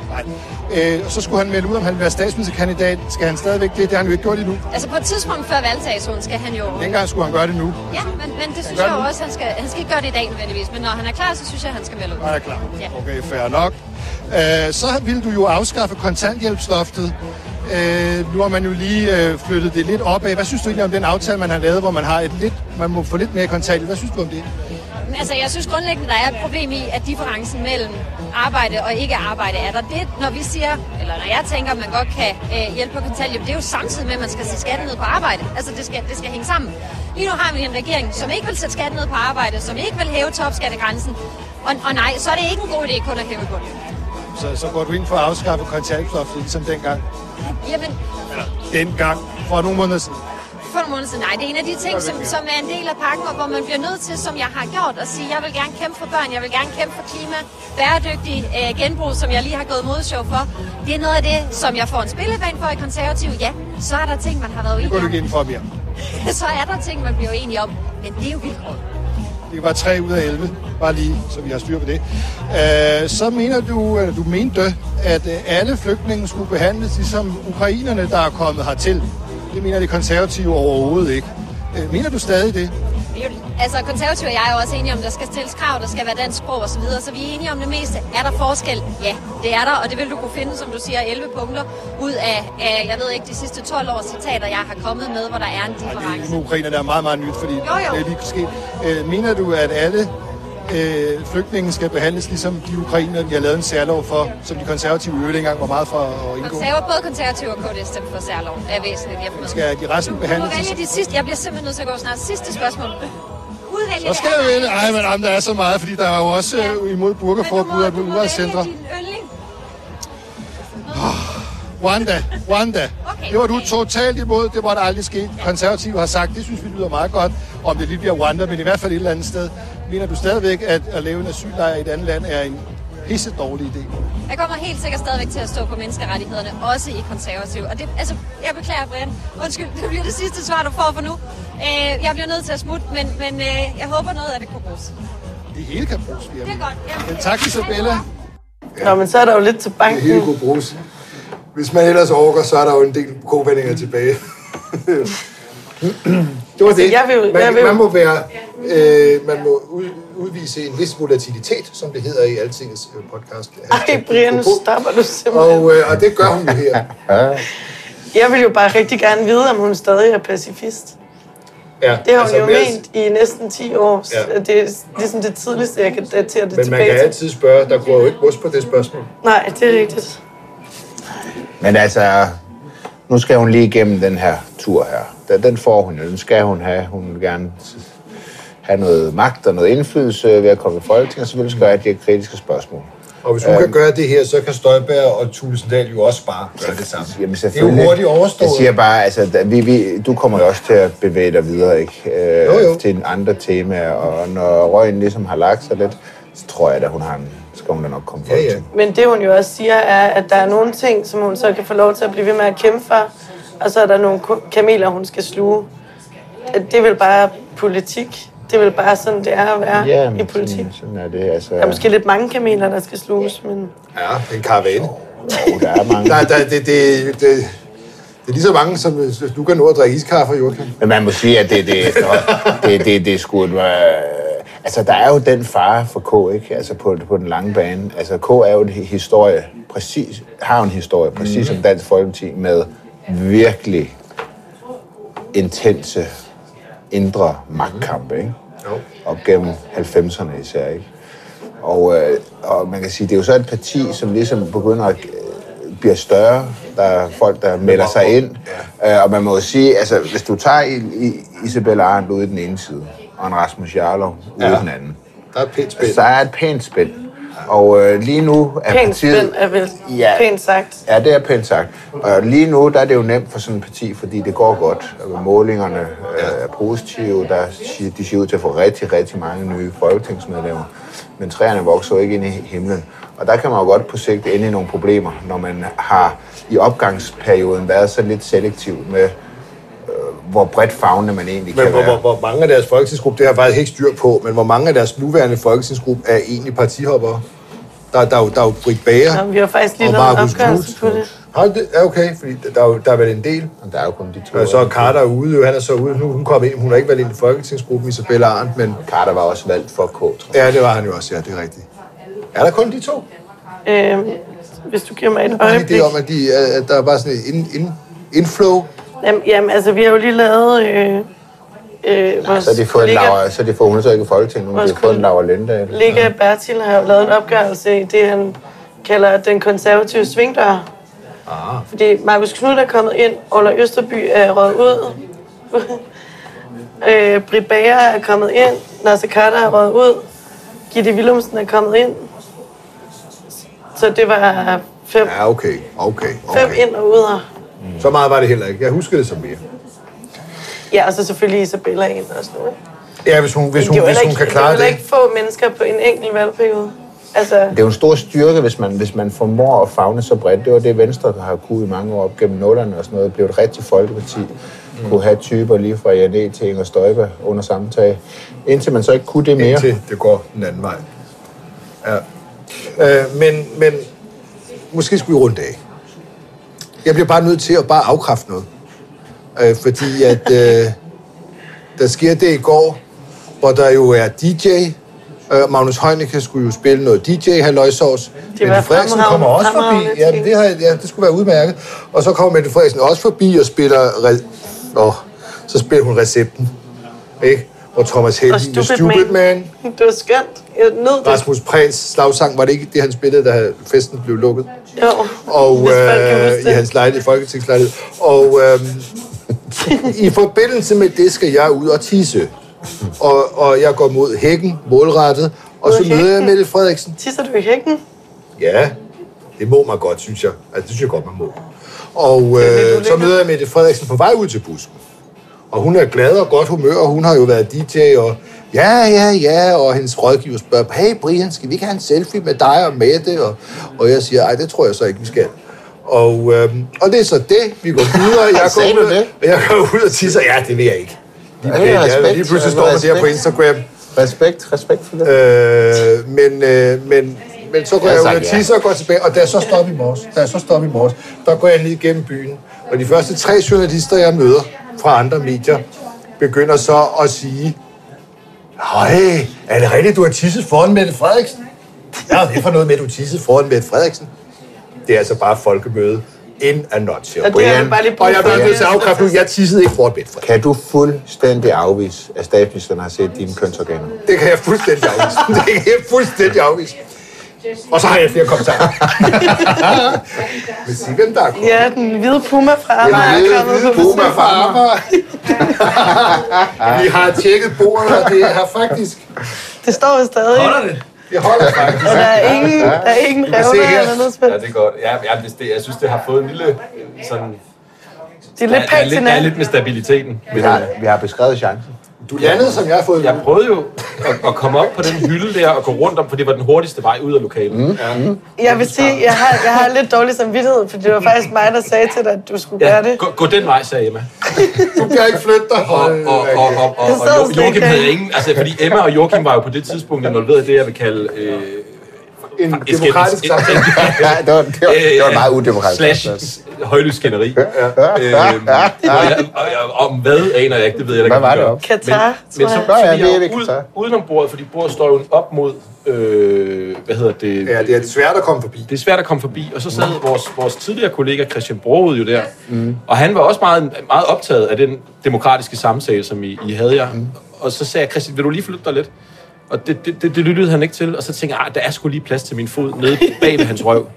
C: Så skulle han melde ud, om han vil være statsministerkandidat. Skal han stadigvæk det? Det har han jo ikke gjort endnu.
K: Altså på et tidspunkt før valgdatoen skal han jo...
C: Dengang skulle han gøre det nu.
K: Ja, men det synes jeg jo også, han skal ikke gøre det i dag nødvendigvis. Men når han er klar, så synes jeg, han skal melde ud.
C: Han er klar. Ja. Okay, fair nok. Så ville du jo afskaffe kontanthjælpsloftet. Nu har man jo lige flyttet det lidt opad. Hvad synes du egentlig om den aftale, man har lavet, hvor man må få lidt mere kontanthjælp? Hvad synes du om det?
K: Altså, jeg synes grundlæggende, der er et problem i, at differencen mellem arbejde og ikke arbejde er der. Det, når vi siger, eller når jeg tænker, at man godt kan hjælpe på kontanthjælp, det er jo samtidig med, at man skal sætte skatten ned på arbejde. Altså, det skal hænge sammen. Lige nu har vi en regering, som ikke vil sætte skatten ned på arbejde, som ikke vil hæve topskattegrænsen. Og nej, så er det ikke en god idé kun at hæve bunden.
C: Så går du ind for at afskaffe kontanthjælpsloftet, ligesom dengang?
K: Jamen...
C: Eller dengang, for nogle måneder siden.
K: For nogle måneder siden. Nej, det er en af de ting, som er en del af pakken, og hvor man bliver nødt til, som jeg har gjort, at sige, jeg vil gerne kæmpe for børn, jeg vil gerne kæmpe for klima, bæredygtig genbrug, som jeg lige har gået modshow for. Det er noget af det, som jeg får en spillebane for i Konservative. Ja, så er der ting, man har været uenig om.
C: Det går du ikke ind for mere.
K: Så er der ting, man bliver uenig om, men det er jo vilkår.
C: Det var 3 ud af 11, bare lige, så vi har styr på det. Så mener du mente, at alle flygtninge skulle behandles ligesom ukrainerne, der er kommet hertil. Det mener de konservative overhovedet ikke. Mener du stadig det?
K: Altså, konservative og jeg er jo også enige om, at der skal stilles krav, der skal være dansk sprog osv., så vi er enige om det meste. Er der forskel? Ja, det er der, og det vil du kunne finde, som du siger, 11 punkter ud af jeg ved ikke, de sidste 12 års citater, jeg har kommet med, hvor der er en difference.
C: Det er Ukraine, der er meget, meget nyt, fordi det er lige sket. Mener du, at alle flygtninge skal behandles ligesom de ukrainer, vi har lavet en særlov for, som de konservative øvrigt engang var meget for at indgå?
K: Både konservative og KD stemte for særlov. Det er væsentligt.
C: Skal de resten behandles?
K: Jeg bliver simpelthen nødt til at gå snart. Sidste spørgsmål.
C: Så skal jeg vælge. Ej, men der er så meget, fordi der er jo også imod burkaforbud og udrejsecentre. Rwanda. Okay, det var du totalt imod. Det var der aldrig sket. Konservative har sagt, det synes vi lyder meget godt, om det lige bliver Rwanda, men i hvert fald et eller andet sted. Mener du stadigvæk, at lave en asyllejr i et andet land er en pisse dårlig idé?
K: Jeg kommer helt sikkert stadigvæk til at stå på menneskerettighederne, også i Konservative. Og det, altså, jeg beklager, Brian. Undskyld, det bliver det sidste svar, du får for nu. Jeg bliver nødt til at smutte, men jeg håber noget af det kunne bruges.
C: Det hele kan bruges, Firmin. Men tak, Isabella.
A: Ja. Nå, men så er der jo lidt til banken.
C: Det hele kunne bruges. Hvis man ellers orker, så er der jo en del kovendinger tilbage. Det var det. Man må være, man må udvise en vis volatilitet, som det hedder i Altingets podcast.
A: Ej, Brian, nu stopper du simpelthen.
C: Og det gør hun jo her.
A: Jeg vil jo bare rigtig gerne vide, om hun stadig er pacifist.
C: Ja,
A: det har hun jo ment i næsten 10 år. Ja. Det er ligesom det tidligste, jeg kan datere det tilbage til.
C: Men man kan altid spørge, der går jo ikke mos på det spørgsmål.
A: Nej, det er rigtigt.
B: Men altså, nu skal hun lige igennem den her tur her. Den får hun jo, den skal hun have. Hun vil gerne have noget magt og noget indflydelse ved at komme i Folketinget, og selvfølgelig skal jeg have de kritiske spørgsmål.
C: Og hvis hun kan gøre det her, så kan Støjberg og Thulesen jo også bare gøre det samme. Jamen, det er jo hurtigt overstået.
B: Jeg siger bare, altså, du kommer jo også til at bevæge dig videre, ikke? Jo. Til andre temaer, og når røgen ligesom har lagt sig lidt, så tror jeg, at skal hun da nok komme til.
A: Men det hun jo også siger, er, at der er nogle ting, som hun så kan få lov til at blive ved med at kæmpe for, og så er der nogle kameler, hun skal sluge. Det er vel bare politik. Det er vel bare sådan, det er at være i politik.
B: Sådan er det, altså.
A: Der er måske lidt mange kameler, der skal sluges, men...
C: Ja, en karavane.
B: Der er mange.
C: Det er lige så mange, som du kan nå at drikke iskaffe, Joachim.
B: Men man må sige, at det er sgu... Altså, der er jo den fare for K, ikke? Altså, på den lange bane. Altså, K er jo en historie, præcis som Dansk Folkeparti, med virkelig intense indre magtkampe, ikke? Op gennem 90'erne især, ikke? Og man kan sige, det er jo så et parti, som ligesom begynder at blive større. Der er folk, der melder sig ind. Og man må jo sige, altså, hvis du tager Isabella Arendt ude i den ene side, og en Rasmus Jarlov ude i den anden,
C: der er et pænt spænd.
B: Så er et pænt spænd. Og lige nu er
A: pænt spænd er vel pænt sagt.
B: Ja, det er pænt sagt. Og lige nu, der er det jo nemt for sådan et parti, fordi det går godt. Målingerne er positive. De ser ud til at få rigtig, rigtig mange nye folketingsmedlemmer. Men træerne vokser jo ikke ind i himlen. Og der kan man jo godt på sigt ende i nogle problemer, når man har i opgangsperioden været så lidt selektiv med, hvor bredt favnende man egentlig kan være.
C: Hvor mange af deres folketingsgruppe, det har jeg faktisk ikke styr på, men hvor mange af deres nuværende folketingsgruppe er egentlig partihoppere? Der er jo Britt Bager.
A: Ja, vi har faktisk lige lavet en opgørelse på det.
C: Ja, okay, fordi der er vel en del.
B: Der er jo kun de to.
C: Og så er Carter ude, han er så ude nu. Hun kom ind, hun har ikke været ind i folketingsgruppen, Isabella Arendt, men...
B: Carter var også valgt for K, tror jeg.
C: Ja, det var han jo også, ja, det er rigtigt. Er der kun de to?
A: Hvis du giver mig et øjeblik.
C: Det er om, at der er bare sådan en inflow.
A: Jamen, altså, vi har jo lige lavet...
B: så har de fået, hun er så ikke i Folketinget, men de har fået en Laura Lindahl.
A: Liga Bertil har jo lavet en opgørelse i det, han kalder den konservative svingdør. Fordi Marcus Knudt er kommet ind, Orla Østerby er røget ud, Britt Bager er kommet ind, Naser Khader er røget ud, Gitte Willumsen er kommet ind. Så det var 5.
C: Ja, okay.
A: 5 ind og ud.
C: Så meget var det heller ikke. Jeg husker det som mere.
A: Ja, og så selvfølgelig Isabella ind og sådan noget.
C: Ja, hvis hun kan klare det.
A: Det er ikke få mennesker på en enkelt valgperiode. Altså...
B: Det er jo en stor styrke, hvis man formår at favne så bredt. Det var det, Venstre har kunnet i mange år op gennem nullerne og sådan noget. Det blev et rigtigt folkeparti. Kunne have typer lige fra Jan E. til Inger Støjberg under samme tag. Indtil man så ikke kunne det mere.
C: Indtil det går den anden vej. Ja. Men måske skulle vi runde af. Jeg bliver bare nødt til at bare afkræfte noget. Fordi at der sker det i går, hvor der jo er DJ. Magnus Heunicke skulle jo spille noget DJ-halløjsovs. Mette Frederiksen kommer også forbi. Ja, det skulle være udmærket. Og så kommer Mette Frederiksen også forbi og spiller... så spiller hun recepten. Ikke? Og Thomas Helvig, Stupid Man.
A: Det var skønt.
C: Rasmus Prehns slagsang, var det ikke det, han spillede, da festen blev lukket?
A: Jo,
C: og i hans lejlighed, folketingslejlighed. Og i forbindelse med det skal jeg ud og tisse. Og jeg går mod hækken, målrettet, og så møder jeg Mette Frederiksen.
A: Tisser du i hækken?
C: Ja, det må man godt, synes jeg. Altså, det synes jeg godt, man må. Og så møder jeg Mette Frederiksen på vej ud til busken. Og hun er glad og godt humør, og hun har jo været DJ, og ja, og hendes rådgiver spørger, hey Brian, skal vi ikke have en selfie med dig og Mette? Og jeg siger, ej, det tror jeg så ikke, vi skal. Og det er så det, vi går videre. Jeg går ud og tisser, ja, det vil jeg ikke. Lige pludselig står man der på Instagram,
B: Respekt for det.
C: Men så går jeg ud og tisser og går tilbage, og da jeg så stopper i morges, der går jeg ned igennem byen, og de første 3 journalister, jeg møder fra andre medier, begynder så at sige, høj, er det rigtigt, du har tisset foran Mette Frederiksen? Ja, det er for noget med, at du tissede foran Mette Frederiksen. Det er altså bare folkemøde in a nutshell.
A: Og jeg bliver nødt til at
C: afkræfte nu, jeg tissede ikke foran Mette Frederiksen.
B: Kan du fuldstændig afvise, at statsministeren har set dine kønsorganer?
C: Det kan jeg fuldstændig afvise. Og så har jeg flere kommentarer. Men sig, hvem der er kommet?
A: Ja, den hvide puma fra Amager.
C: Vi har tjekket bordet, og det har faktisk...
A: Det står jo stadig.
L: Holder det?
C: Det holder faktisk.
A: Og der er ingen revner eller noget spændt.
L: Ja, det er godt. Jeg synes, det har fået en lille sådan...
A: Det er lidt pænt til
L: der er lidt med stabiliteten.
B: Vi har beskrevet chancen.
C: Du landede, som jeg har fået.
L: Jeg prøvede jo at komme op på den hylde der og gå rundt om, for det var den hurtigste vej ud af lokalet.
A: Jeg vil sige, jeg har lidt dårlig samvittighed, for det var faktisk mig, der sagde til dig, at du skulle gøre det.
L: Gå den vej, sagde Emma.
C: Du kan ikke flytte dig.
L: Og Joachim havde ingen... Altså, fordi Emma og Joachim var jo på det tidspunkt involveret i det, jeg vil kalde...
C: en demokratisk samtale.
B: Det var meget udemokratisk.
L: / højlysskænderi. Om hvad aner jeg ikke, det ved jeg da ikke.
B: Hvad var det om?
A: Katar,
L: men så vi udenom bordet, fordi bordet står jo op mod, hvad hedder det?
C: Ja, det er svært at komme forbi.
L: Det er svært at komme forbi, og så sad vores tidligere kollega Christian Brohud jo der, og han var også meget, meget optaget af den demokratiske samtale, som I havde jer. Og så sagde jeg, Christian, vil du lige flytte dig lidt? Og det lyttede han ikke til, og så tænkte jeg, der er sgu lige plads til min fod nede bag ved hans røv.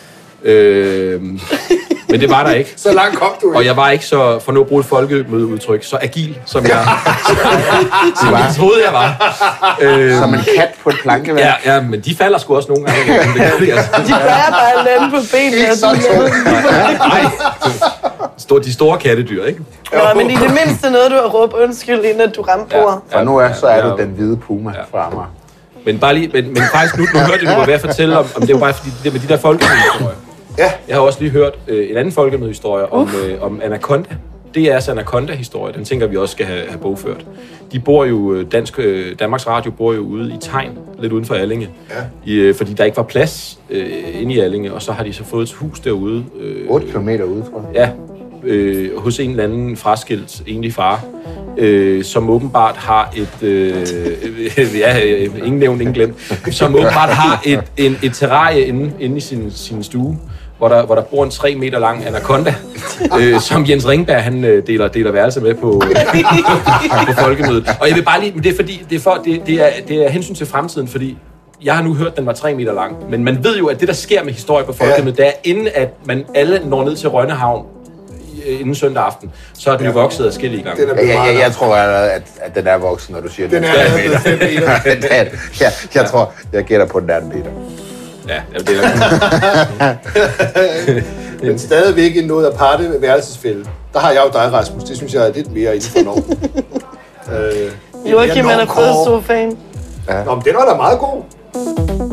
L: Men det var der ikke.
C: Så langt kom du ikke.
L: Og jeg var ikke så, for nu at bruge et folkemødeudtryk, så agil, som jeg troede, jeg var.
B: Som en kat på et plankeværk.
L: Ja, men de falder sgu også nogle gange.
A: De bærer bare at lande på benene.
C: Ikke så
L: Nej. De store kattedyr, ikke?
A: Nå, men i det mindste noget, du har råbt undskyld, inden at du ramte bordet.
B: For nu er du den hvide puma fra Amager.
L: Men bare lige, men faktisk nu hørte jeg, du var ved at fortælle om det var bare fordi det med de der folkemødehistorier.
C: Ja.
L: Jeg har også lige hørt en anden folkemødehistorie om Anaconda. DR's Anaconda-historie, den tænker vi også skal have bogført. De bor jo, Danmarks Radio bor jo ude i Tegn, lidt uden for Allinge. Ja. Fordi der ikke var plads inde i Allinge, og så har de så fået et hus derude.
B: 8 kilometer ude, tror jeg.
L: Ja, hos en eller anden fraskilt egentlig far, som åbenbart har ingen nævnt, ingen glemt, som åbenbart har et terrarie inde i sin stue, hvor der bor en 3 meter lang anaconda, som Jens Ringberg han deler værelse med på folkemødet. Og jeg vil bare lige, men det er fordi det er hensyn til fremtiden, fordi jeg har nu hørt, at den var 3 meter lang, men man ved jo, at det der sker med historie på folkemødet, det er inden at man alle når ned til Rønnehavn inden søndag aften, så er den jo vokset adskillige gange.
B: Jeg tror, at den er vokset, når du siger, den er 5 meter. Jeg tror, jeg gætter på den anden meter.
L: Ja, det er
C: men stadigvæk en noget aparte værelsesfælde. Der har jeg jo dig, Rasmus. Det synes jeg er lidt mere inden for normen.
A: Joachim er der på sofaen.
C: Nå, men den var da meget god.